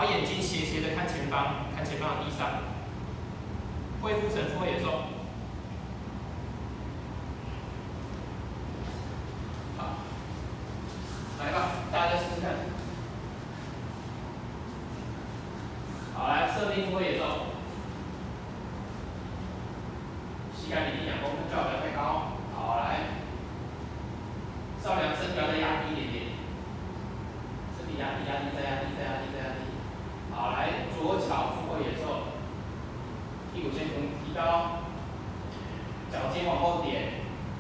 后眼睛斜斜的看前方，看前方的地上，恢复成俯卧野兽。好，来吧，大家再试试看。好，来设定俯卧野兽，膝盖离地2公分，最好不要太高。好，来，少量身体要再压低一点点，身体压低，压低，再压低，再压低，再压低。好，来，左脚俯卧野兽，屁股先提高，脚尖往后点，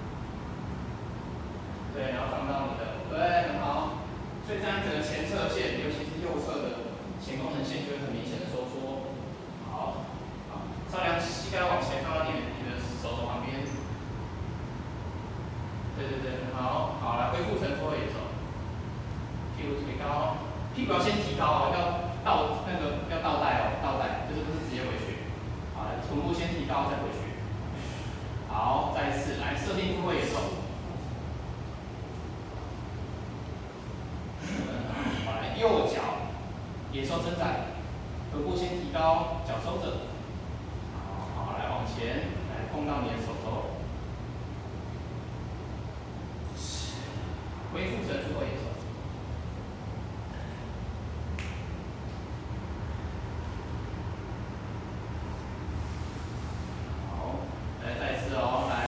对，然后放到你的，对，很好。所以这样整个前侧线，尤其是右侧的前功能线，就会很明显的收缩。好，好，少量膝盖往前放到你的手肘旁边。对对对，很好，好，来恢复成俯卧野兽，屁股推高，屁股要先提高哦，要倒带哦，倒带，就是不是直接回去。好，来，臀部先提高再回去。好，再一次来设定俯卧野兽。好，来右脚野兽伸展，臀部先提高，脚收着。好，来往前，来碰到你的手肘，恢复成